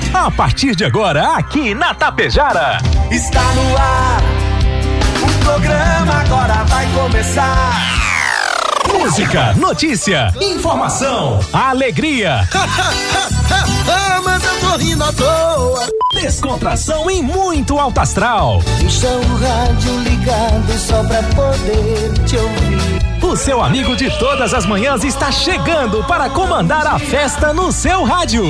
A partir de agora, aqui na Tapejara. Está no ar, o programa agora vai começar. Música, notícia, informação, alegria. Mas eu tô rindo à toa. Descontração e muito alto astral. Deixa o rádio ligado só pra poder te ouvir. O seu amigo de todas as manhãs está chegando para comandar a festa no seu rádio.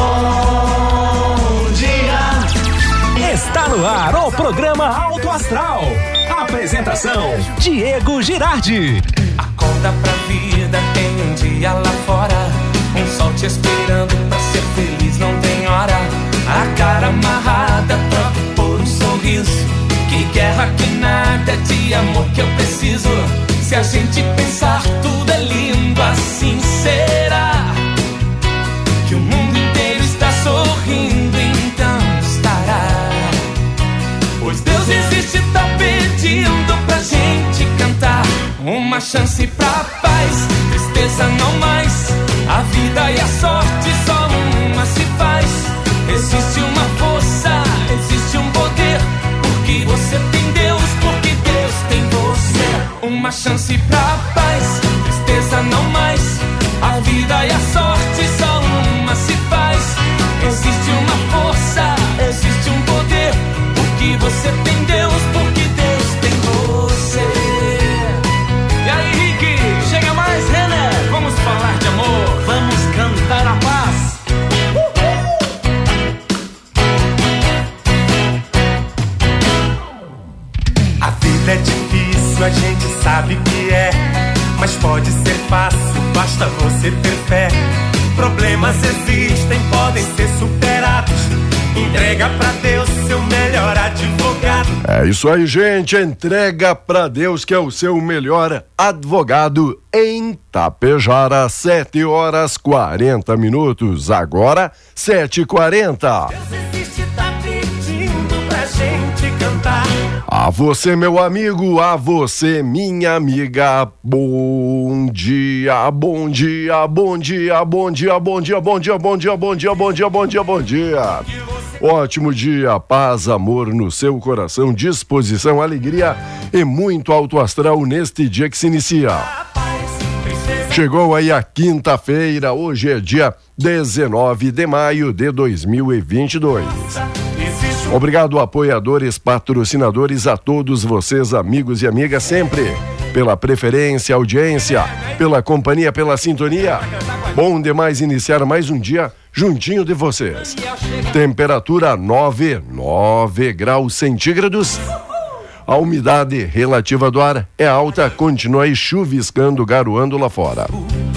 Bom dia. Está no ar o programa Alto Astral. Apresentação: Diego Girardi. Acorda pra vida, tem um dia lá fora. Um sol te esperando pra ser feliz, não tem hora. A cara amarrada, troca por um sorriso. Que guerra, que nada, de amor que eu preciso. Se a gente pensar tudo é lindo, assim será. Que o mundo inteiro está sorrindo, então estará. Pois Deus existe, tá pedindo pra gente cantar. Uma chance pra paz, tristeza não mais. A vida e a sorte só uma se faz. Existe uma força, existe um poder. Porque você tem Deus, porque Deus tem você. Uma chance pra paz, tristeza não mais. A vida e a sorte só uma se faz. Existe uma força, existe um poder. Porque você tem Deus, porque Deus tem você. E aí, Rick, chega mais, René. Vamos falar de amor, vamos cantar a paz. A vida é difícil, a gente sabe que é. Mas pode ser fácil, basta você ter fé. Problemas existem, podem ser superados. Entrega pra Deus seu melhor advogado. É isso aí, gente. Entrega pra Deus que é o seu melhor advogado em Tapejara. 7h40. Agora, 7h40. Deus existe, tá pedindo pra gente cantar. A você, meu amigo, a você, minha amiga, bom dia, bom dia, bom dia, bom dia, bom dia, bom dia, bom dia, bom dia, bom dia, bom dia, bom dia. Ótimo dia, paz, amor no seu coração, disposição, alegria e muito alto astral neste dia que se inicia. Chegou aí a quinta-feira, hoje é dia 19 de maio de 2022. Obrigado, apoiadores, patrocinadores, a todos vocês, amigos e amigas, sempre pela preferência, audiência, pela companhia, pela sintonia. Bom demais iniciar mais um dia juntinho de vocês. Temperatura 9 graus centígrados. A umidade relativa do ar é alta, continua aí chuviscando, garoando lá fora.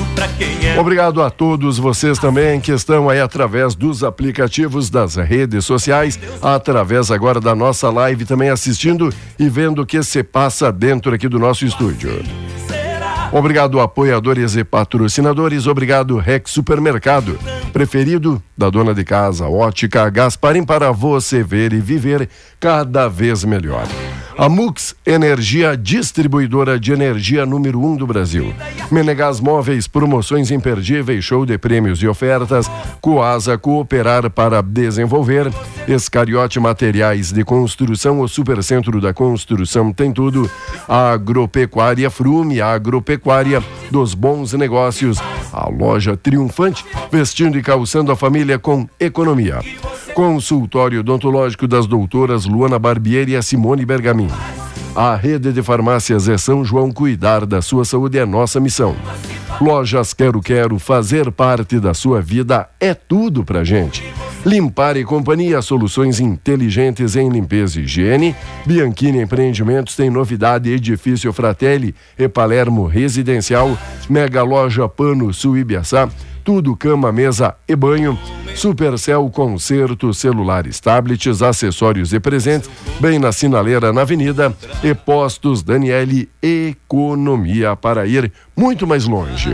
Obrigado a todos vocês também que estão aí através dos aplicativos das redes sociais, através agora da nossa live também assistindo e vendo o que se passa dentro aqui do nosso estúdio. Obrigado, apoiadores e patrocinadores. Obrigado, Rex Supermercado, preferido da dona de casa, Ótica Gasparim, para você ver e viver cada vez melhor. A Mux Energia, distribuidora de energia número 1 do Brasil. Menegas Móveis, promoções imperdíveis, show de prêmios e ofertas. Coasa, cooperar para desenvolver. Escariote Materiais de Construção, o Supercentro da Construção tem tudo. A Agropecuária Frume, a agropecuária dos bons negócios. A loja triunfante, vestindo e calçando a família com economia. Consultório odontológico das doutoras Luana Barbieri e a Simone Bergamin. A rede de farmácias é São João, cuidar da sua saúde é nossa missão. Lojas Quero Quero, fazer parte da sua vida é tudo pra gente. Limpar e Companhia, soluções inteligentes em limpeza e higiene. Bianchini Empreendimentos tem novidade, Edifício Fratelli e Palermo Residencial. Mega Loja Pano Sul Ibiaçá, tudo cama, mesa e banho. Supercell, concertos, celulares, tablets, acessórios e presentes, bem na sinaleira na avenida. E Postos Daniele, economia para ir muito mais longe.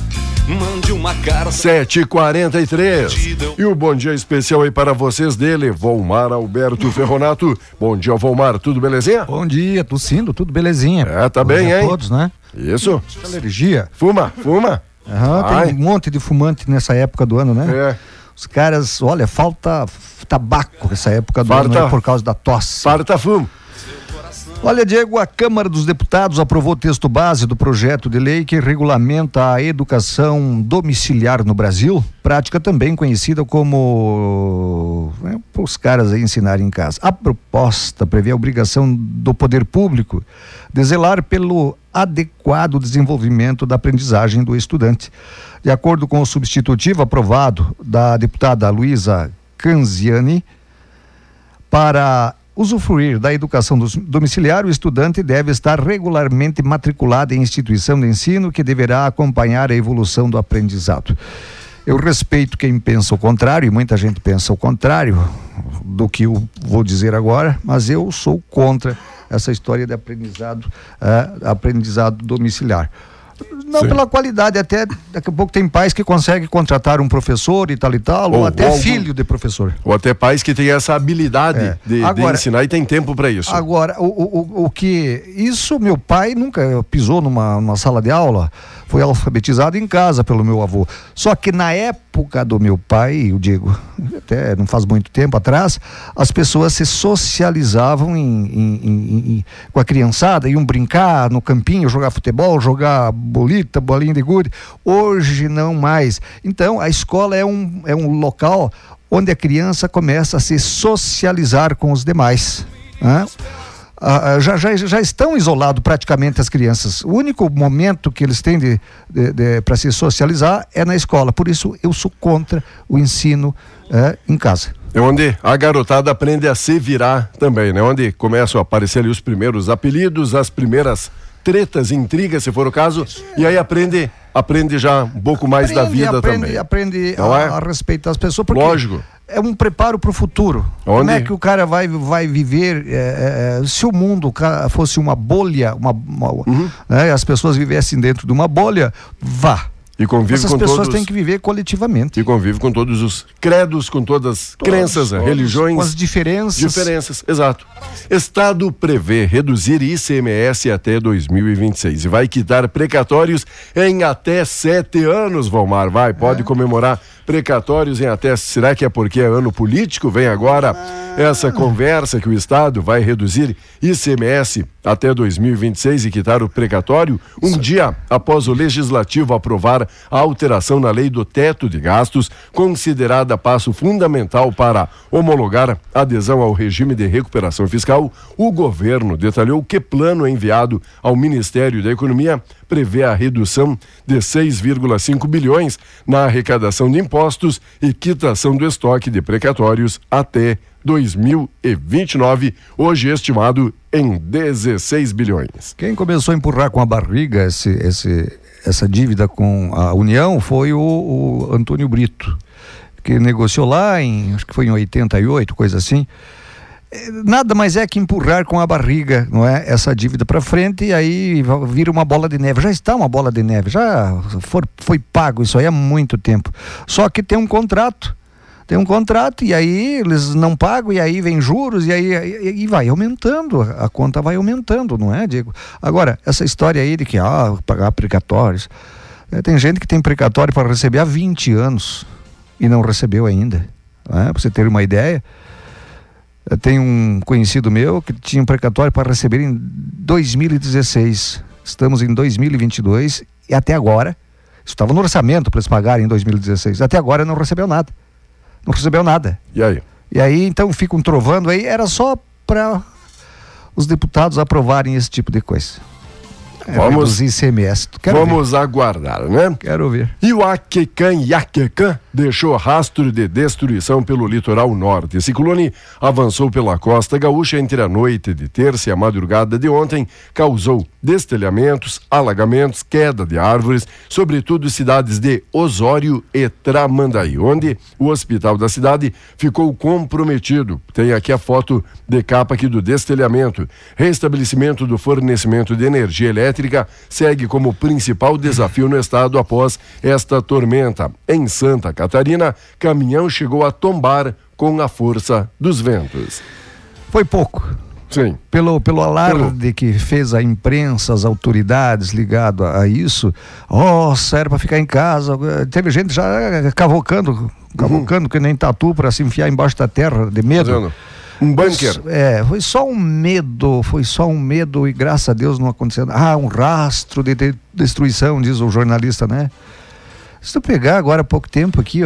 7h43. E o bom dia especial aí para vocês dele, Volmar Alberto Ferronato. Bom dia, Volmar, tudo belezinha? Bom dia, tossindo, tudo belezinha. É, tá bem, hein? Todos, né? Isso. Alergia. Fuma. Tem um monte de fumante nessa época do ano, né? É. Os caras, olha, falta tabaco nessa época do ano por causa da tosse. Farta fumo. Olha, Diego, a Câmara dos Deputados aprovou o texto base do projeto de lei que regulamenta a educação domiciliar no Brasil, prática também conhecida como os caras aí ensinarem em casa. A proposta prevê a obrigação do poder público de zelar pelo adequado desenvolvimento da aprendizagem do estudante. De acordo com o substitutivo aprovado da deputada Luísa Canziani, para usufruir da educação domiciliar, o estudante deve estar regularmente matriculado em instituição de ensino que deverá acompanhar a evolução do aprendizado. Eu respeito quem pensa o contrário, e muita gente pensa o contrário do que eu vou dizer agora, mas eu sou contra essa história de aprendizado domiciliar. Não Sim. Pela qualidade, até daqui a pouco tem pais que conseguem contratar um professor e tal, ou até filho de professor. Ou até pais que têm essa habilidade de ensinar e tem tempo para isso. Agora, isso meu pai nunca pisou numa sala de aula, foi alfabetizado em casa pelo meu avô. Só que na época do meu pai, eu digo, até não faz muito tempo atrás, as pessoas se socializavam com a criançada, iam brincar no campinho, jogar futebol, jogar bolita, bolinha de gude. Hoje não mais. Então a escola é um local onde a criança começa a se socializar com os demais, né? Já estão isolados praticamente as crianças. O único momento que eles têm para se socializar é na escola. Por isso eu sou contra o ensino em casa. É onde a garotada aprende a se virar também, né? Onde começam a aparecer ali os primeiros apelidos, as primeiras tretas, intrigas, se for o caso, e aí aprende já um pouco mais da vida também. Aprende a respeitar as pessoas, porque lógico. É um preparo para o futuro. Onde? Como é que o cara vai viver se o mundo fosse uma bolha, as pessoas vivessem dentro de uma bolha, E convive Essas com pessoas todos, têm que viver coletivamente. E convive com todos os credos, com todas as crenças, religiões. Com as diferenças. Exato. Estado prevê reduzir ICMS até 2026 e vai quitar precatórios em até 7 anos, Valmar. Pode comemorar precatórios em até... Será que é porque é ano político? Vem agora essa conversa que o Estado vai reduzir ICMS até 2026 e quitar o precatório, um dia após o Legislativo aprovar a alteração na lei do teto de gastos, considerada passo fundamental para homologar a adesão ao regime de recuperação fiscal. O governo detalhou que plano enviado ao Ministério da Economia prevê a redução de 6,5 bilhões na arrecadação de impostos e quitação do estoque de precatórios até 2029, hoje estimado em 16 bilhões. Quem começou a empurrar com a barriga essa dívida com a União foi o Antônio Brito, que negociou lá acho que foi em 88, coisa assim. Nada mais é que empurrar com a barriga, não é? Essa dívida para frente, e aí vira uma bola de neve. Já está uma bola de neve, já foi pago isso aí há muito tempo. Só que tem um contrato, e aí eles não pagam, e aí vem juros, e vai aumentando, a conta vai aumentando, não é, Diego? Agora, essa história aí de que pagar precatórios, tem gente que tem precatório para receber há 20 anos e não recebeu ainda, para você ter uma ideia. Tem um conhecido meu que tinha um precatório para receber em 2016, estamos em 2022 e até agora, isso estava no orçamento para eles pagarem em 2016, até agora não recebeu nada. E aí então ficam trovando aí, era só para os deputados aprovarem esse tipo de coisa. Vamos ICMS. Vamos aguardar, né? Quero ver. E o Iaquecã deixou rastro de destruição pelo litoral norte. Esse ciclone avançou pela costa gaúcha entre a noite de terça e a madrugada de ontem, causou destelhamentos, alagamentos, queda de árvores, sobretudo cidades de Osório e Tramandaí, onde o hospital da cidade ficou comprometido. Tem aqui a foto de capa aqui do destelhamento. Restabelecimento do fornecimento de energia elétrica segue como principal desafio no estado após esta tormenta. Em Santa Catarina, caminhão chegou a tombar com a força dos ventos. Foi pouco. Sim. Pelo alarde que fez a imprensa, as autoridades ligado a isso, era para ficar em casa. Teve gente já cavocando cavucando que nem tatu para se enfiar embaixo da terra de medo. Um bunker. Foi só um medo e graças a Deus não aconteceu. Um rastro de destruição, diz o jornalista, né? Se tu pegar agora há pouco tempo aqui,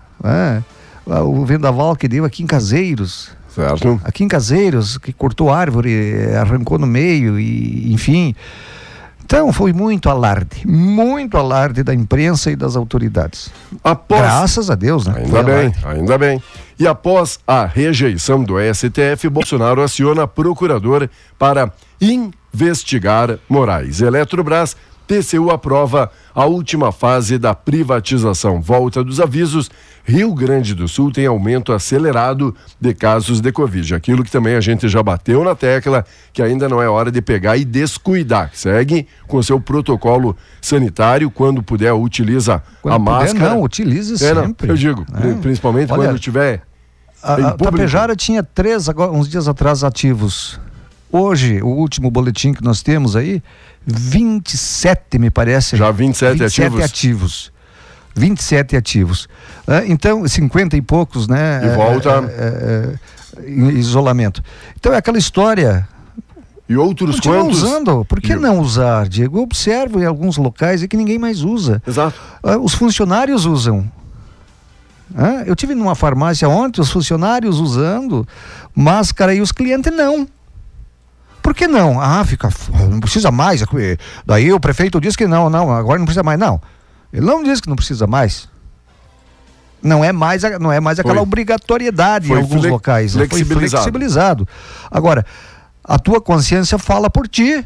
o vendaval que deu aqui em Caseiros. Certo. Aqui em Caseiros, que cortou árvore, arrancou no meio e enfim. Então foi muito alarde da imprensa e das autoridades. Graças a Deus, né? Ainda bem. E após a rejeição do STF, Bolsonaro aciona procurador para investigar Moraes. Eletrobras, TCU aprova a última fase da privatização. Volta dos avisos, Rio Grande do Sul tem aumento acelerado de casos de Covid. Aquilo que também a gente já bateu na tecla, que ainda não é hora de pegar e descuidar. Segue com o seu protocolo sanitário, quando puder, utiliza a máscara. Não, utilize sempre. Eu digo, principalmente quando tiver a Tapejara tinha 3, agora, uns dias atrás, ativos. Hoje, o último boletim que nós temos aí, 27, me parece. Já 27 ativos. 27 ativos. Então, 50 e poucos, né? E volta. Em isolamento. Então, é aquela história. E outros quantos? Usando. Por que não usar, Diego? Eu observo em alguns locais que ninguém mais usa. Exato. Os funcionários usam. Eu tive numa farmácia ontem, os funcionários usando máscara e os clientes não. Por que não? Não precisa mais. Daí o prefeito disse que não, agora não precisa mais. Não, ele não disse que não precisa mais. Não é mais aquela obrigatoriedade em alguns locais. Foi flexibilizado. Agora, a tua consciência fala por ti.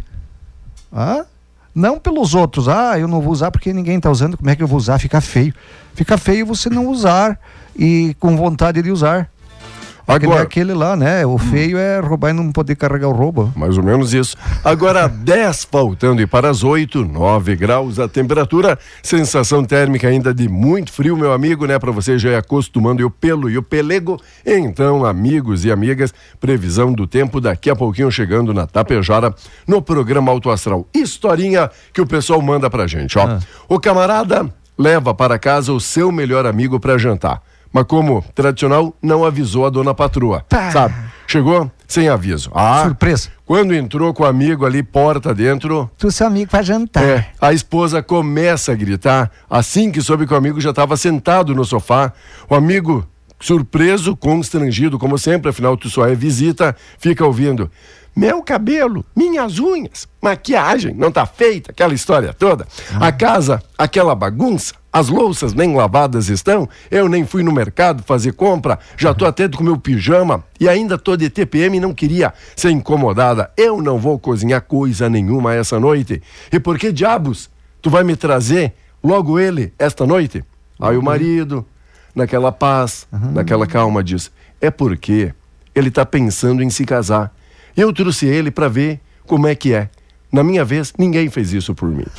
Não pelos outros. Eu não vou usar porque ninguém está usando. Como é que eu vou usar? Fica feio. Fica feio você não usar e com vontade de usar. Agora, aquele lá, né? O feio é roubar e não poder carregar o roubo. Mais ou menos isso. Agora, 10 faltando e para as 8, 9 graus a temperatura, sensação térmica ainda de muito frio, meu amigo, né? Para você já ir acostumando o pelo e o pelego. Então, amigos e amigas, previsão do tempo daqui a pouquinho chegando na Tapejara, no programa Alto Astral. Historinha que o pessoal manda pra gente, ó. O camarada leva para casa o seu melhor amigo para jantar. Mas como tradicional, não avisou a dona patroa, sabe? Chegou sem aviso. Surpresa. Quando entrou com o amigo ali, porta dentro... Tu seu amigo vai jantar. A esposa começa a gritar, assim que soube que o amigo já estava sentado no sofá. O amigo, surpreso, constrangido, como sempre, afinal tu só é visita, fica ouvindo... Meu cabelo, minhas unhas, maquiagem, não tá feita, aquela história toda. A casa, aquela bagunça, as louças nem lavadas estão, eu nem fui no mercado fazer compra, já tô até com meu pijama e ainda tô de TPM e não queria ser incomodada. Eu não vou cozinhar coisa nenhuma essa noite. E por que diabos tu vai me trazer logo ele esta noite? Aí o marido, naquela paz, naquela calma, diz, é porque ele tá pensando em se casar. Eu trouxe ele para ver como é que é. Na minha vez, ninguém fez isso por mim.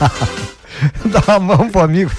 Dá a mão pro amigo.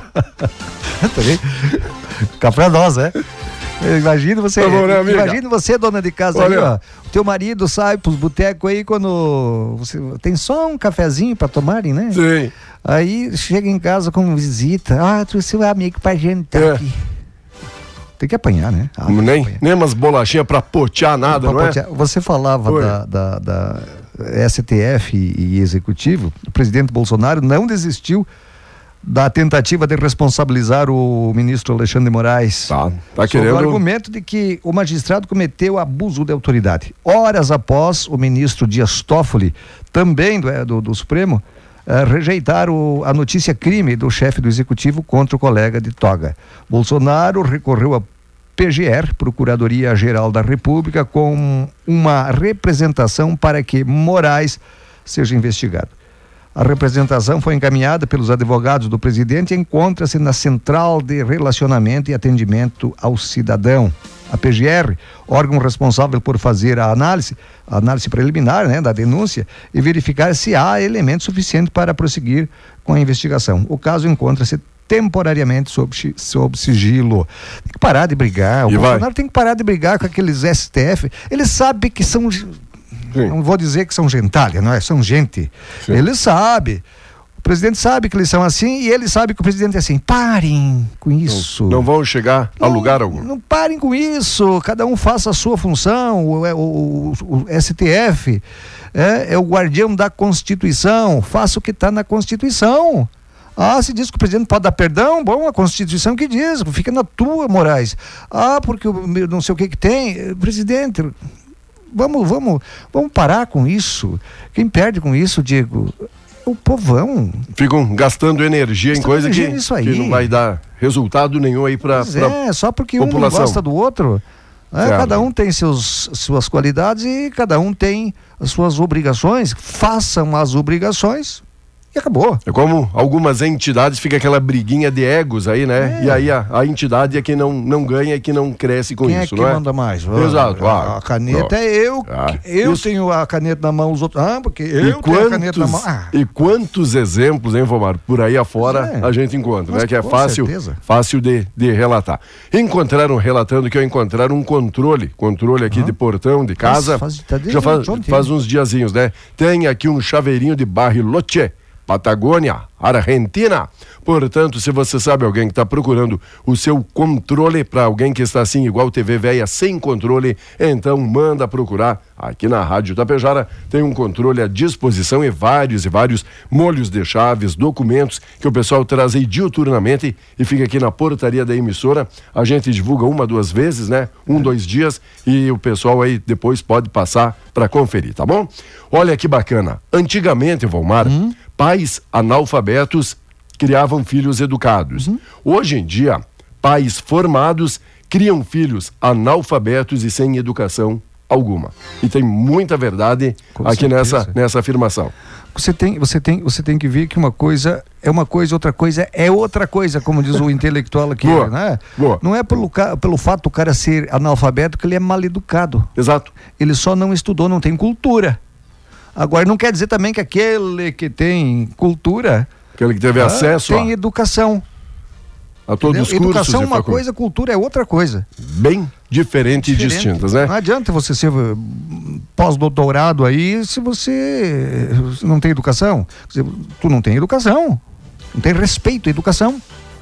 Fica pra nós, né? Imagina você, imagina você, dona de casa, aí, ó. O teu marido sai pros botecos aí quando você tem só um cafezinho pra tomarem, né? Sim. Aí chega em casa com visita. Trouxe o amigo pra jantar aqui. Tem que apanhar, né? Nem umas bolachinhas pra potear nada, não é? Você falava da STF e Executivo. O presidente Bolsonaro não desistiu da tentativa de responsabilizar o ministro Alexandre de Moraes. Tá querendo... o argumento de que o magistrado cometeu abuso de autoridade. Horas após o ministro Dias Toffoli, também do Supremo, rejeitar a notícia crime do chefe do Executivo contra o colega de toga. Bolsonaro recorreu à PGR, Procuradoria-Geral da República, com uma representação para que Moraes seja investigado. A representação foi encaminhada pelos advogados do presidente e encontra-se na Central de Relacionamento e Atendimento ao Cidadão. A PGR, órgão responsável por fazer a análise preliminar, né, da denúncia e verificar se há elementos suficientes para prosseguir com a investigação. O caso encontra-se temporariamente sob sigilo. Tem que parar de brigar. O Bolsonaro tem que parar de brigar com aqueles STF. Ele sabe que são... Sim. Não vou dizer que são gentalha, não é? São gente. Sim. Ele sabe. presidente sabe que eles são assim e ele sabe que o presidente é assim. Parem com isso. Não vão chegar a lugar algum. Não parem com isso. Cada um faça a sua função. O STF é o guardião da Constituição. Faça o que está na Constituição. Se diz que o presidente pode dar perdão, bom, a Constituição que diz, fica na tua, Moraes. Porque não sei o que tem. Presidente, vamos parar com isso. Quem perde com isso, Diego? O povão. Ficam gastando energia em coisa que não vai dar resultado nenhum aí para só porque população. Um não gosta do outro. Cada um tem suas qualidades e cada um tem as suas obrigações. Façam as obrigações e acabou. É como algumas entidades, fica aquela briguinha de egos aí, né? E aí a entidade é que não ganha e que não cresce com Quem isso, é que não é? manda mais? Exato. A caneta é eu. Eu tenho a caneta na mão, os outros. Porque eu tenho a caneta na mão. E quantos exemplos, hein, Vomar? Por aí afora a gente encontra, né? Que é fácil de relatar. Relatando que encontraram um controle aqui de portão de casa. Faz uns diazinhos, né? Tem aqui um chaveirinho de Bariloche, Patagônia, Argentina. Portanto, se você sabe alguém que está procurando o seu controle, para alguém que está assim, igual TV Véia, sem controle, então manda procurar aqui na Rádio Tapejara. Tem um controle à disposição e vários molhos de chaves, documentos que o pessoal traz aí diuturnamente e fica aqui na portaria da emissora. A gente divulga 1, 2 vezes, né? 1, 2 dias e o pessoal aí depois pode passar para conferir, tá bom? Olha que bacana. Antigamente, Valmar, pais analfabetos criavam filhos educados. Hoje em dia, pais formados criam filhos analfabetos e sem educação alguma. E tem muita verdade aqui nessa afirmação. Você tem que ver que uma coisa é uma coisa, outra coisa é outra coisa, como diz o intelectual aqui, né? Não é pelo fato do cara ser analfabeto que ele é mal educado. Exato. Ele só não estudou, não tem cultura. Agora, não quer dizer também que aquele que tem cultura, aquele que teve acesso tem educação. A todos os cursos. Educação é uma coisa, cultura é outra coisa. Bem diferente e distintas, né? Não adianta você ser pós-doutorado aí se você não tem educação. Tu não tem educação. Não tem respeito à educação.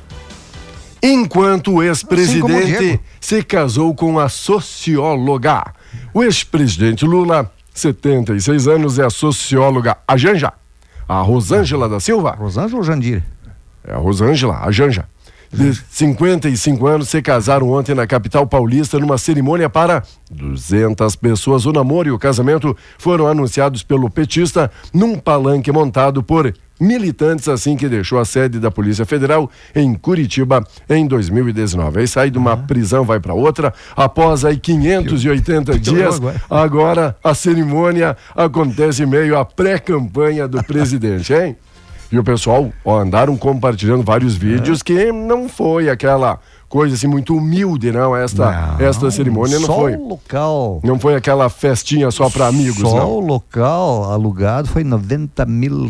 Enquanto o ex-presidente se casou com a socióloga. O ex-presidente Lula, 76 anos, é a socióloga a Janja. A Rosângela da Silva. Rosângela ou Jandira? É a Rosângela, a Janja. De 55 anos, se casaram ontem na capital paulista numa cerimônia para 200 pessoas. O namoro e o casamento foram anunciados pelo petista num palanque montado por militantes, assim que deixou a sede da Polícia Federal em Curitiba em 2019. Aí sai de uma prisão, vai para outra, após aí 580 dias, agora a cerimônia acontece meio à pré-campanha do presidente, hein? E o pessoal andaram compartilhando vários vídeos que não foi aquela coisa assim muito humilde, não. Esta cerimônia não foi. Só o local. Não foi aquela festinha só para amigos, só não. O local alugado foi R$90 mil.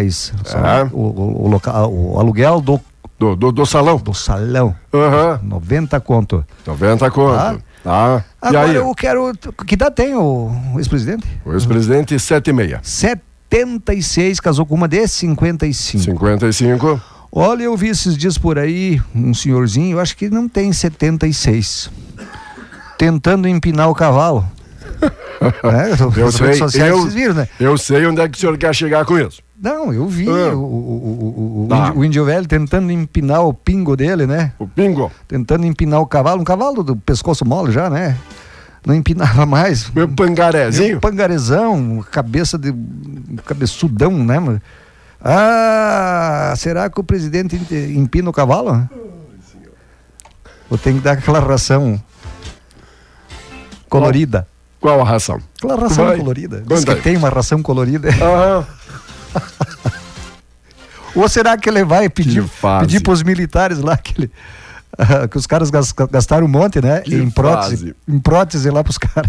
O local, o aluguel do salão. Do salão. 90 conto. 90 conto. Tá. Agora eu quero. Que idade tem o ex-presidente? O ex-presidente, 76. 76, casou com uma de 55. 55. Olha, eu vi esses dias por aí um senhorzinho, eu acho que não tem 76, tentando empinar o cavalo. Eu sei, redes sociais, vocês viram, né? Eu sei onde é que o senhor quer chegar com isso. Não, eu vi o índio velho tentando empinar o pingo dele, né? O pingo? Tentando empinar o cavalo, um cavalo do pescoço mole já, né? Não empinava mais. Meu pangarezinho? Pangarezão, cabeçudão, né? Será que o presidente empina o cavalo? Ou tem que dar aquela ração colorida? Qual a ração? Aquela ração colorida. Diz que tem uma ração colorida. Ou será que ele vai pedir para os militares lá que os caras gastaram um monte, né? Em prótese lá pros caras.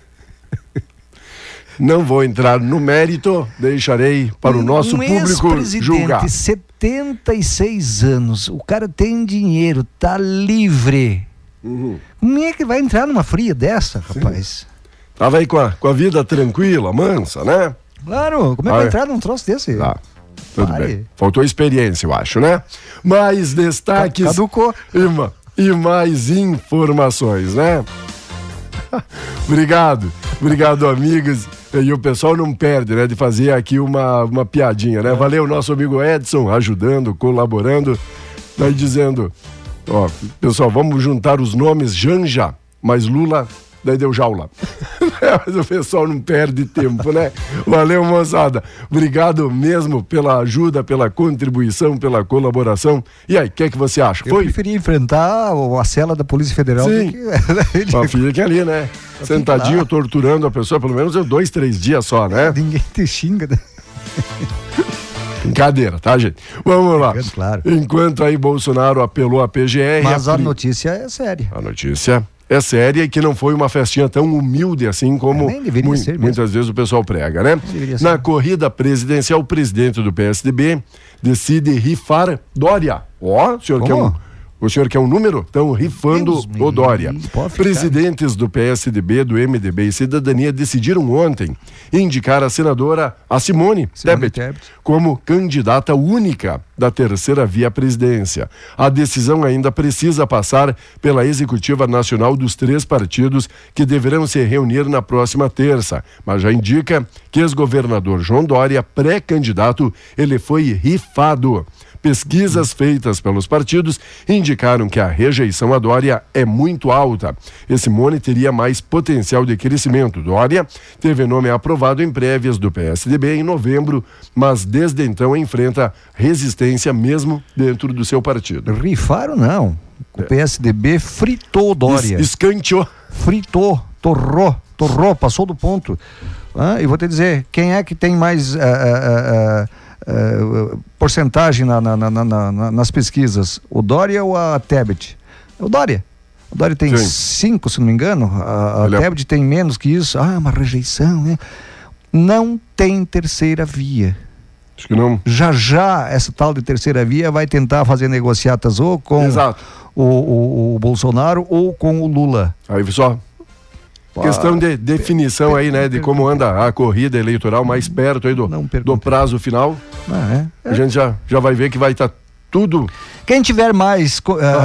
Não vou entrar no mérito, deixarei para o nosso público julgar. 76 anos, o cara tem dinheiro, tá livre. Como é que vai entrar numa fria dessa, rapaz? Tava aí com a vida tranquila, mansa, né? Claro, como é que vai entrar num troço desse? Tudo bem. Faltou experiência, eu acho, né? Mais destaques. Caducou. E mais informações, né? Obrigado, amigos. E o pessoal não perde, né, de fazer aqui uma piadinha, né? Valeu, nosso amigo Edson, ajudando, colaborando, daí dizendo, ó, pessoal, vamos juntar os nomes Janja, mas Lula, daí deu jaula. Mas o pessoal não perde tempo, né? Valeu, moçada. Obrigado mesmo pela ajuda, pela contribuição, pela colaboração. E aí, o que é que você acha? Eu preferia enfrentar a cela da Polícia Federal. Sim. Fica ali, né? Sentadinho, torturando a pessoa, pelo menos 2, 3 dias só, né? Ninguém te xinga, né? Brincadeira, tá, gente? Vamos lá. Claro. Enquanto aí Bolsonaro apelou à PGR... Mas a notícia é séria. A notícia é séria e que não foi uma festinha tão humilde assim como muitas vezes o pessoal prega, né? Na corrida presidencial, o presidente do PSDB decide rifar Dória. Ó, o senhor quer um número? Estão rifando o Dória. Presidentes do PSDB, do MDB e Cidadania decidiram ontem indicar a senadora Simone Tebet como candidata única da terceira via à presidência. A decisão ainda precisa passar pela executiva nacional dos 3 partidos que deverão se reunir na próxima terça, mas já indica que ex-governador João Dória, pré-candidato, ele foi rifado. Pesquisas feitas pelos partidos indicaram que a rejeição a Dória é muito alta. Simone teria mais potencial de crescimento. Dória teve nome aprovado em prévias do PSDB em novembro, mas desde então enfrenta resistência mesmo dentro do seu partido. Rifaram não. O PSDB fritou Dória. Escanteou. Fritou, torrou, passou do ponto. E vou te dizer, quem é que tem mais... porcentagem nas pesquisas, o Dória ou a Tebet? O Dória tem 5, se não me engano, a Tebet tem menos que isso. Uma rejeição, né? Não tem terceira via. Acho que não. Já essa tal de terceira via vai tentar fazer negociatas ou com o Bolsonaro ou com o Lula. Aí só questão de definição aí, né, de como anda a corrida eleitoral mais perto aí do prazo final. A gente já vai ver que vai estar tudo... Quem tiver mais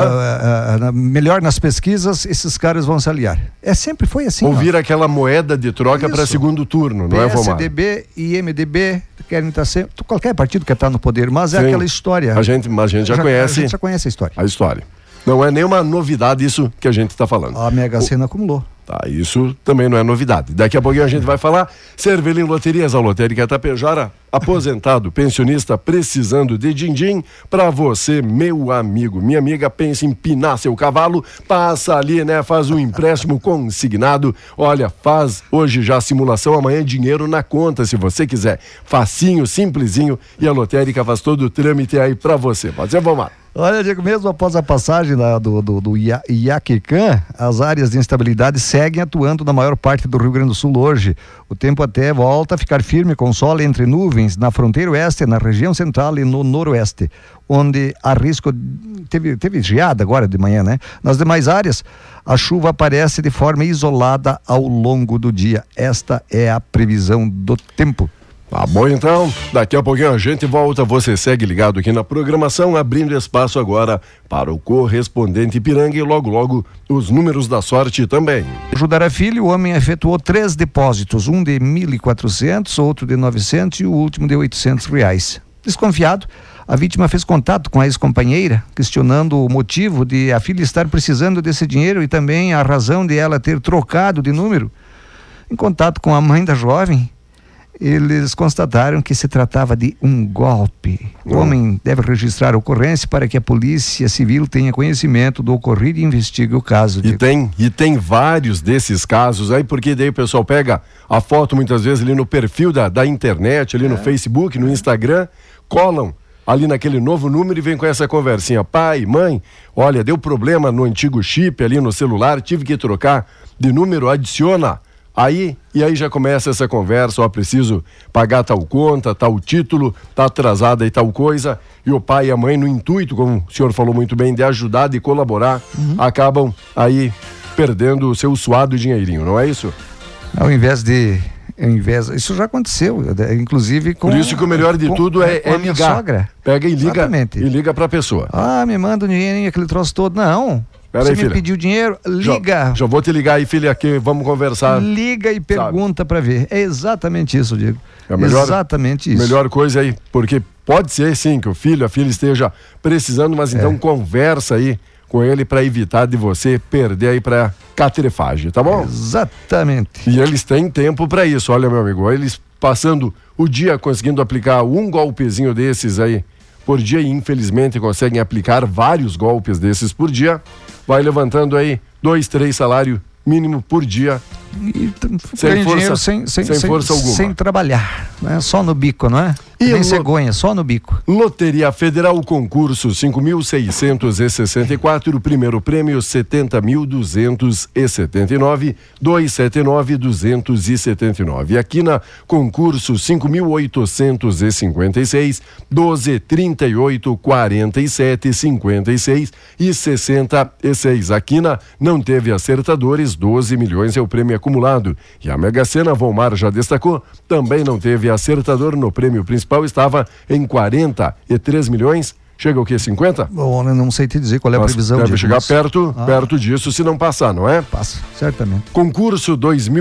melhor nas pesquisas, esses caras vão se aliar. Sempre foi assim. Ouvir aquela moeda de troca para segundo turno, não é, Vomar? PSDB e MDB querem estar sempre... Qualquer partido quer estar no poder, mas é aquela história. A gente já conhece... A gente já conhece a história. A história. Não é nenhuma novidade isso que a gente está falando. A Mega Sena acumulou. Tá, isso também não é novidade. Daqui a pouquinho a gente vai falar. Cervelim Loterias, a Lotérica Tapejara, aposentado, pensionista, precisando de din-din. Pra você, meu amigo, minha amiga, pensa em pinar seu cavalo, passa ali, né? Faz um empréstimo consignado. Olha, faz hoje já a simulação, amanhã dinheiro na conta, se você quiser. Facinho, simplesinho, e a Lotérica faz todo o trâmite aí pra você. Pode ser, Vomar? Olha, Diego, mesmo após a passagem do Iaquecã, as áreas de instabilidade seguem atuando na maior parte do Rio Grande do Sul hoje. O tempo até volta a ficar firme com sol entre nuvens na fronteira oeste, na região central e no noroeste, onde há risco... Teve geada agora de manhã, né? Nas demais áreas, a chuva aparece de forma isolada ao longo do dia. Esta é a previsão do tempo. Tá bom, então, daqui a pouquinho a gente volta, você segue ligado aqui na programação, abrindo espaço agora para o correspondente Ipiranga e logo os números da sorte também. Judara Filho, o homem efetuou 3 depósitos, um de 1.400, outro de 900 e o último de R$800. Desconfiado, a vítima fez contato com a ex-companheira, questionando o motivo de a filha estar precisando desse dinheiro e também a razão de ela ter trocado de número. Em contato com a mãe da jovem, eles constataram que se tratava de um golpe. O homem deve registrar a ocorrência para que a Polícia Civil tenha conhecimento do ocorrido e investigue o caso. E tem vários desses casos aí, porque daí o pessoal pega a foto muitas vezes ali no perfil da internet, ali no Facebook, no Instagram, colam ali naquele novo número e vem com essa conversinha. Pai, mãe, olha, deu problema no antigo chip ali no celular, tive que trocar de número, adiciona aí, e aí já começa essa conversa, preciso pagar tal conta, tal título, tá atrasada e tal coisa, e o pai e a mãe, no intuito, como o senhor falou muito bem, de ajudar, de colaborar, acabam aí perdendo o seu suado dinheirinho, não é isso? Ao invés de Ao invés, isso já aconteceu, inclusive com... Por isso que o melhor de tudo é a minha ligar. sogra. Pega e liga. Exatamente. E liga pra pessoa. Me manda um dinheirinho, aquele troço todo. Não. Pera Você aí, me filha. pediu dinheiro, liga. Já vou te ligar aí, filha, aqui, vamos conversar. Liga e pergunta para ver. É exatamente isso, Diego. É a melhor, exatamente isso. Melhor coisa aí, porque pode ser sim que a filha esteja precisando, mas então conversa aí com ele para evitar de você perder aí para catrefagem, tá bom? Exatamente. E eles têm tempo para isso, olha, meu amigo, eles passando o dia conseguindo aplicar um golpezinho desses aí por dia e infelizmente conseguem aplicar vários golpes desses por dia, vai levantando aí 2, 3 salários mínimo por dia. E sem força, dinheiro sem força alguma. Sem trabalhar, né? Só no bico, não é? E nem cegonha, só no bico. Loteria Federal, concurso 5.664, primeiro prêmio 70.279, 279.279. Aqui na concurso 5.856, 12.38, 56 e 66. Aqui na não teve acertadores, 12 milhões é o prêmio acumulado. E a Mega Sena, Volmar já destacou, também não teve acertador no prêmio principal, estava em 43 milhões. Chega o quê? 50? Bom, eu não sei te dizer qual é a previsão. Deve chegar perto disso, se não passar, não é? Passa, certamente. Concurso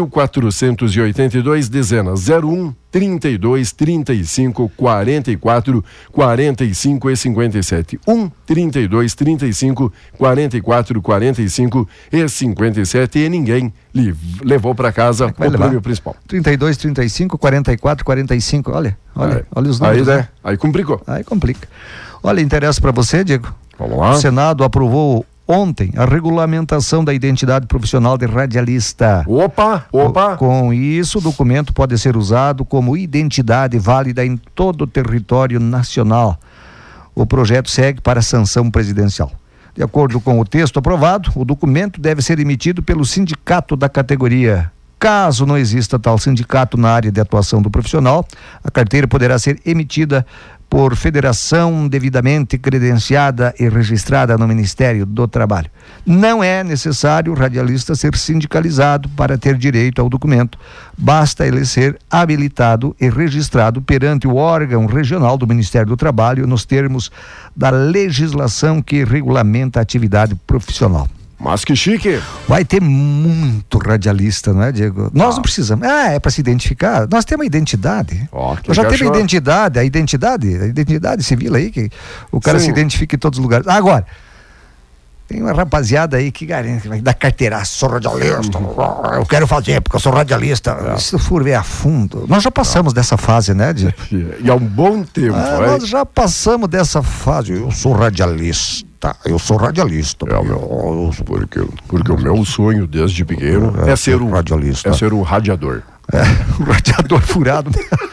2.482, dezenas 01, 32, 35, 44, 45 e 57. 1, 32, 35, 44, 45 e 57. E ninguém levou para casa o prêmio principal. 32, 35, 44, 45. Olha os números. Aí, né? Aí complicou. Aí complica. Olha, interessa para você, Diego? Vamos lá. O Senado aprovou ontem a regulamentação da identidade profissional de radialista. Opa! Com isso, o documento pode ser usado como identidade válida em todo o território nacional. O projeto segue para a sanção presidencial. De acordo com o texto aprovado, o documento deve ser emitido pelo sindicato da categoria. Caso não exista tal sindicato na área de atuação do profissional, a carteira poderá ser emitida por federação devidamente credenciada e registrada no Ministério do Trabalho. Não é necessário o radialista ser sindicalizado para ter direito ao documento. Basta ele ser habilitado e registrado perante o órgão regional do Ministério do Trabalho nos termos da legislação que regulamenta a atividade profissional. Mas que chique! Vai ter muito radialista, não é, Diego? Nós não precisamos. É para se identificar. Nós temos a identidade. Nós já temos a identidade civil aí, que o cara se identifica em todos os lugares. Agora, tem uma rapaziada aí que garante, vai dar carteiraço, sou radialista, eu quero fazer porque eu sou radialista. Se for ver a fundo, nós já passamos dessa fase, né, Diego? E há um bom tempo. Nós já passamos dessa fase. Eu sou radialista. Porque o meu sonho desde pequeno é ser um radialista. É ser um radiador. Um radiador furado.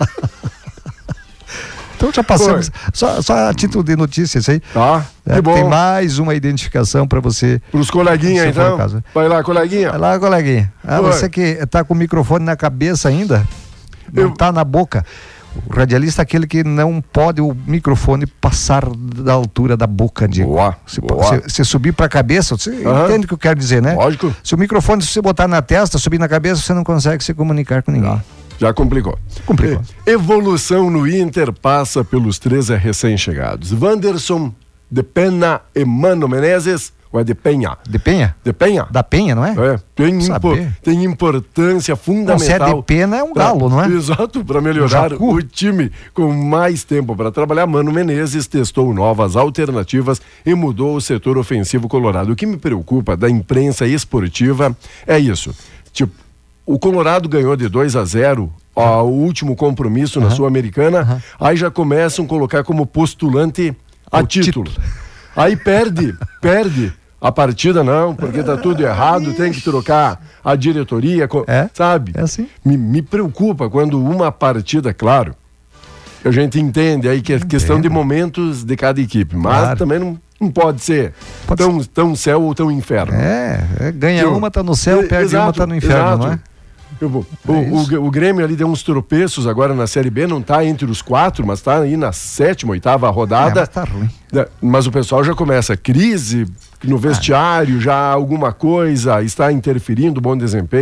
Então já passamos. Só a título de notícias aí. Tá. Que bom. Tem mais uma identificação para você. Para os coleguinhas, então. Vai lá, coleguinha. Você que está com o microfone na cabeça ainda, não está na boca. O radialista é aquele que não pode o microfone passar da altura da boca, Diego. Se subir para a cabeça, você entende o que eu quero dizer, né? Lógico. Se o microfone, se você botar na testa, subir na cabeça, você não consegue se comunicar com ninguém. Já complicou. Evolução no Inter passa pelos 3 recém-chegados. Wanderson, De Penha e Mano Menezes. Ou é De Penha? De Penha? De Penha. Da Penha, não é? Tem importância fundamental. Se é De Pena, é um galo, não é? Exato, para melhorar o time com mais tempo para trabalhar. Mano Menezes testou novas alternativas e mudou o setor ofensivo colorado. O que me preocupa da imprensa esportiva é isso. Tipo, o Colorado ganhou de 2-0 o último compromisso na Sul-Americana, aí já começam a colocar como postulante a título. Aí perde a partida, não, porque tá tudo errado, tem que trocar a diretoria, sabe? É assim. Me preocupa quando uma partida, claro, a gente entende aí que é questão de momentos de cada equipe, mas também não pode ser tão céu ou tão inferno. Ganha uma, tá no céu, perde uma, tá no inferno, não é? O Grêmio ali deu uns tropeços agora na Série B, não está entre os 4, mas está aí na 7ª, 8ª rodada. Mas tá ruim. Mas o pessoal já começa crise no vestiário, já alguma coisa está interferindo o bom desempenho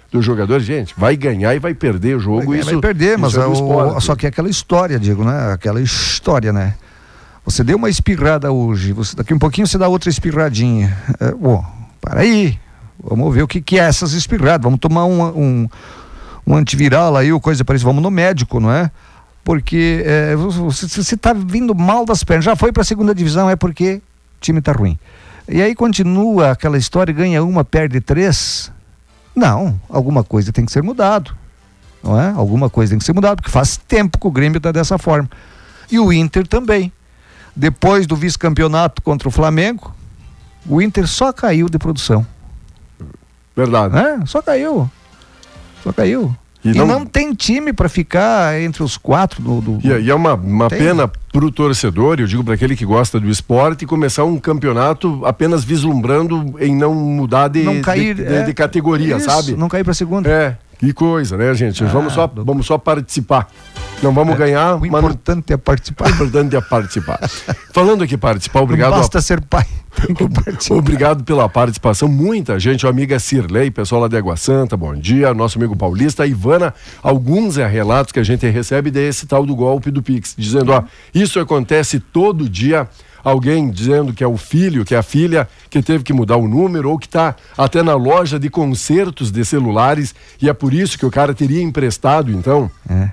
do jogador, gente, vai ganhar e vai perder o jogo. Vai perder, mas só que é aquela história, Diego, né? Aquela história, né? Você deu uma espirrada hoje, daqui um pouquinho você dá outra espirradinha. Bom, para aí, vamos ver o que é essas espirradas, vamos tomar um antiviral aí, ou coisa parecida, vamos no médico, não é? Porque você está vindo mal das pernas, já foi para a segunda divisão, é porque o time está ruim. E aí continua aquela história, ganha uma, perde 3. Não, alguma coisa tem que ser mudado, não é? Alguma coisa tem que ser mudado, porque faz tempo que o Grêmio está dessa forma. E o Inter também. Depois do vice-campeonato contra o Flamengo, o Inter só caiu de produção. Verdade. Só caiu. E não tem time para ficar entre os 4 do... E é uma pena pro torcedor, eu digo para aquele que gosta do esporte, começar um campeonato apenas vislumbrando em não mudar de categoria, isso, sabe? Não cair para segunda. Que coisa, né, gente? Vamos só participar. Não vamos ganhar, o importante é participar. O importante é participar. Falando aqui participar, obrigado. Não basta ser pai. Tem que participar. Obrigado pela participação. Muita gente, a amiga Cirlei, pessoal lá de Água Santa, bom dia. Nosso amigo Paulista, a Ivana, alguns relatos que a gente recebe desse tal do golpe do Pix, dizendo, isso acontece todo dia. Alguém dizendo que é o filho, que é a filha, que teve que mudar o número, ou que está até na loja de consertos de celulares, e é por isso que o cara teria emprestado, então,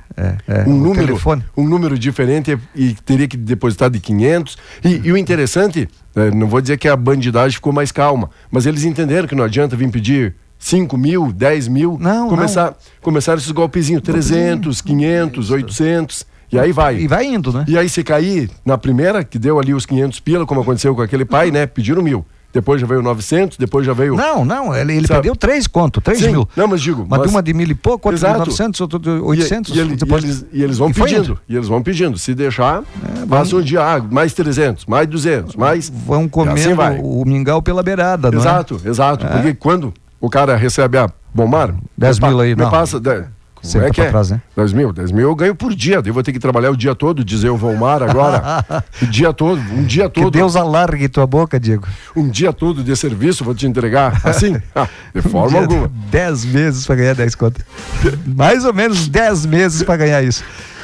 um número diferente e teria que depositar de 500. E o interessante, não vou dizer que a bandidagem ficou mais calma, mas eles entenderam que não adianta vir pedir 5 mil, 10 mil, começar esses golpezinhos, 300, 500, 800... E aí vai. E vai indo, né? E aí se cair na primeira, que deu ali os 500 pila, como aconteceu com aquele pai, né? Pediram 1.000. Depois já veio 900, depois já veio... Não, ele perdeu 3 mil. Não, mas digo... Uma de 1.000 e pouco, outra de 900, outra de 800. E eles vão pedindo. E eles vão pedindo. Se deixar, passa um dia, mais 300, mais 200, mais... Vão comendo o mingau pela beirada, não é? Exato. Porque quando o cara recebe Bomar... 10 mil aí, não. Me passa... Como é que é? Trás, né? 10 mil eu ganho por dia, eu vou ter que trabalhar o dia todo, dizer o Volmar agora, um dia todo. Que Deus alargue tua boca, Diego. Um dia todo de serviço, vou te entregar, assim, de forma alguma. 10 meses para ganhar 10 contas. Mais ou menos 10 meses para ganhar isso.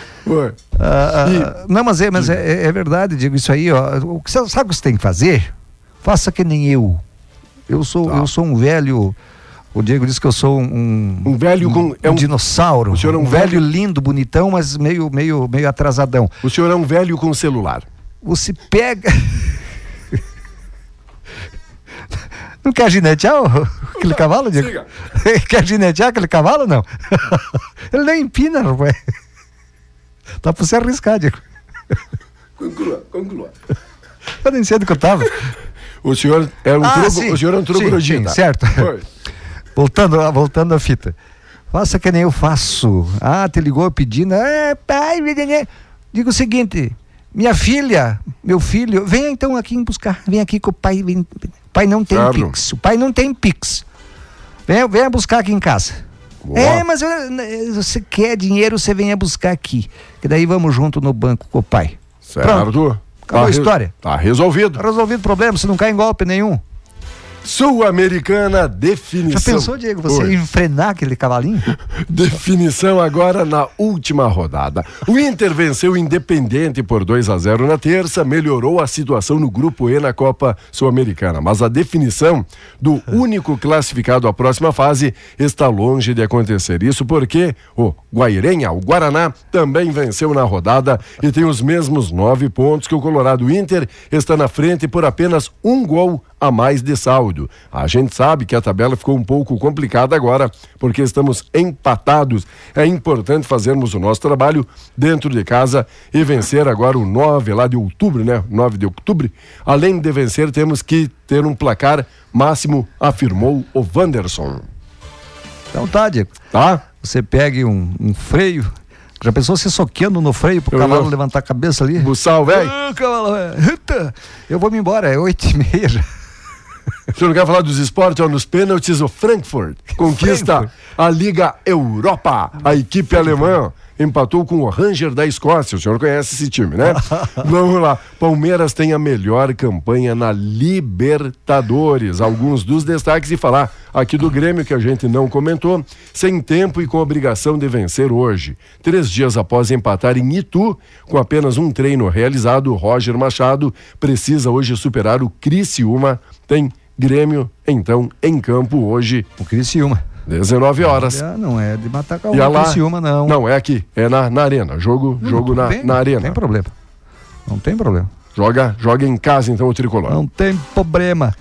Não, mas é verdade, Diego, isso aí, sabe o que você tem que fazer? Faça que nem eu. Eu sou um velho... O Diego disse que eu sou um velho com... um dinossauro. O senhor é um velho lindo, bonitão, mas meio atrasadão. O senhor é um velho com celular. Você pega... Não quer ginetear aquele cavalo, Diego? Quer ginetear aquele cavalo, não? Ele nem empina, rapaz. Tá pra você arriscar, Diego. Conclua. Eu nem sei do que eu tava. O senhor é um troglodita. Sim, certo. Voltando à fita. Faça que nem eu faço. Te ligou pedindo. Pai, digo o seguinte: minha filha, meu filho, venha então aqui me buscar. Vem aqui com o pai. O pai não tem Pix. O pai não tem Pix. Venha buscar aqui em casa. Boa. Mas você quer dinheiro, você venha buscar aqui. Que daí vamos junto no banco com o pai. Certo. Pronto. Acabou a história. Tá resolvido. Resolvido o problema, você não cai em golpe nenhum. Sul-Americana, definição. Já pensou, Diego, você enfrenar aquele cavalinho? Definição agora na última rodada. O Inter venceu o Independente por 2-0 na terça, melhorou a situação no Grupo E na Copa Sul-Americana, mas a definição do único classificado à próxima fase está longe de acontecer. Isso porque o Guairenha, o Guaraná, também venceu na rodada e tem os mesmos 9 pontos que o Colorado. O Inter está na frente por apenas 1 gol a mais de saldo. A gente sabe que a tabela ficou um pouco complicada agora, porque estamos empatados. É importante fazermos o nosso trabalho dentro de casa e vencer agora o 9 lá de outubro, né? 9 de outubro. Além de vencer, temos que ter um placar máximo, afirmou o Wanderson. Então tá, Diego. Tá? Você pegue um freio. Já pensou você soqueando no freio pro cavalo levantar a cabeça ali? Buçal, velho. Cavalo, eu vou me embora, é 8h30 já. Você não quer falar dos esportes? Nos pênaltis, o Frankfurt conquista a Liga Europa. A equipe alemã empatou com o Ranger da Escócia. O senhor conhece esse time, né? Vamos lá. Palmeiras tem a melhor campanha na Libertadores. Alguns dos destaques, e falar aqui do Grêmio, que a gente não comentou, sem tempo e com obrigação de vencer hoje. 3 dias após empatar em Itu, com apenas um treino realizado, Roger Machado precisa hoje superar o Criciúma. Tem Grêmio, então, em campo hoje. O Criciúma. 19 horas. Não é de Matacaú, o Criciúma, não. Não, é aqui, é na arena. Jogo na arena. Não tem problema. Não tem problema. Joga em casa, então, o Tricolor. Não tem problema.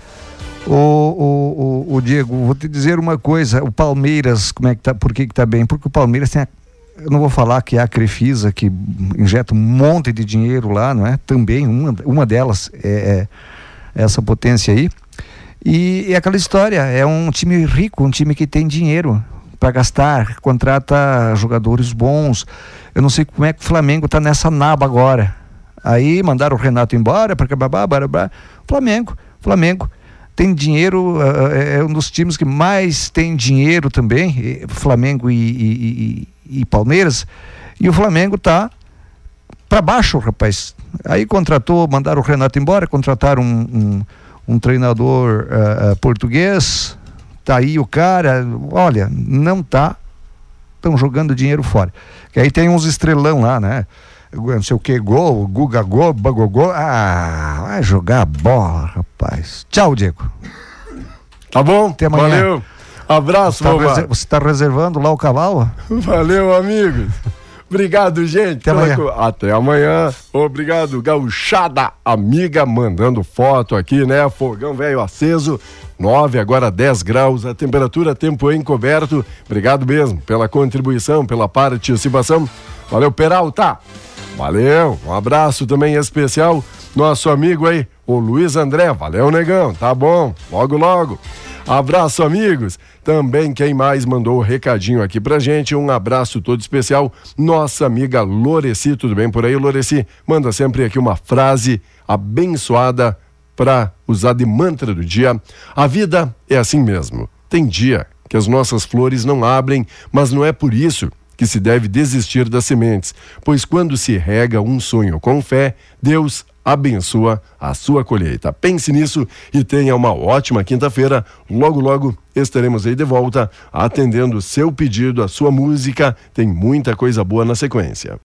O Diego, vou te dizer uma coisa. O Palmeiras, como é que tá? Por que tá bem? Porque o Palmeiras tem eu não vou falar que é a Crefisa, que injeta um monte de dinheiro lá, não é? Também, uma delas é essa potência aí. E aquela história, é um time rico, um time que tem dinheiro para gastar, contrata jogadores bons. Eu não sei como é que o Flamengo está nessa naba agora. Aí mandaram o Renato embora, Flamengo tem dinheiro, é um dos times que mais tem dinheiro também, Flamengo e Palmeiras, e o Flamengo tá para baixo, rapaz. Aí mandaram o Renato embora, contrataram um treinador português, tá aí o cara, olha, estão jogando dinheiro fora. Que aí tem uns estrelão lá, né? Não sei o que, Guga Gol, Bagogol, vai jogar bola, rapaz. Tchau, Diego. Tá bom? Até amanhã. Valeu. Abraço, Você tá reservando lá o cavalo? Valeu, amigos. Obrigado, gente. Até amanhã. Obrigado, gauchada amiga, mandando foto aqui, né? Fogão velho aceso, 9, agora 10 graus, a temperatura, tempo encoberto. Obrigado mesmo pela contribuição, pela participação. Valeu, Peralta. Valeu. Um abraço também especial, nosso amigo aí, o Luiz André. Valeu, negão. Tá bom. Logo. Abraço, amigos. Também quem mais mandou o recadinho aqui pra gente, um abraço todo especial, nossa amiga Loreci. Tudo bem por aí, Loreci? Manda sempre aqui uma frase abençoada pra usar de mantra do dia. A vida é assim mesmo. Tem dia que as nossas flores não abrem, mas não é por isso que se deve desistir das sementes, pois quando se rega um sonho com fé, Deus abençoa a sua colheita. Pense nisso e tenha uma ótima quinta-feira. Logo estaremos aí de volta atendendo o seu pedido, a sua música. Tem muita coisa boa na sequência.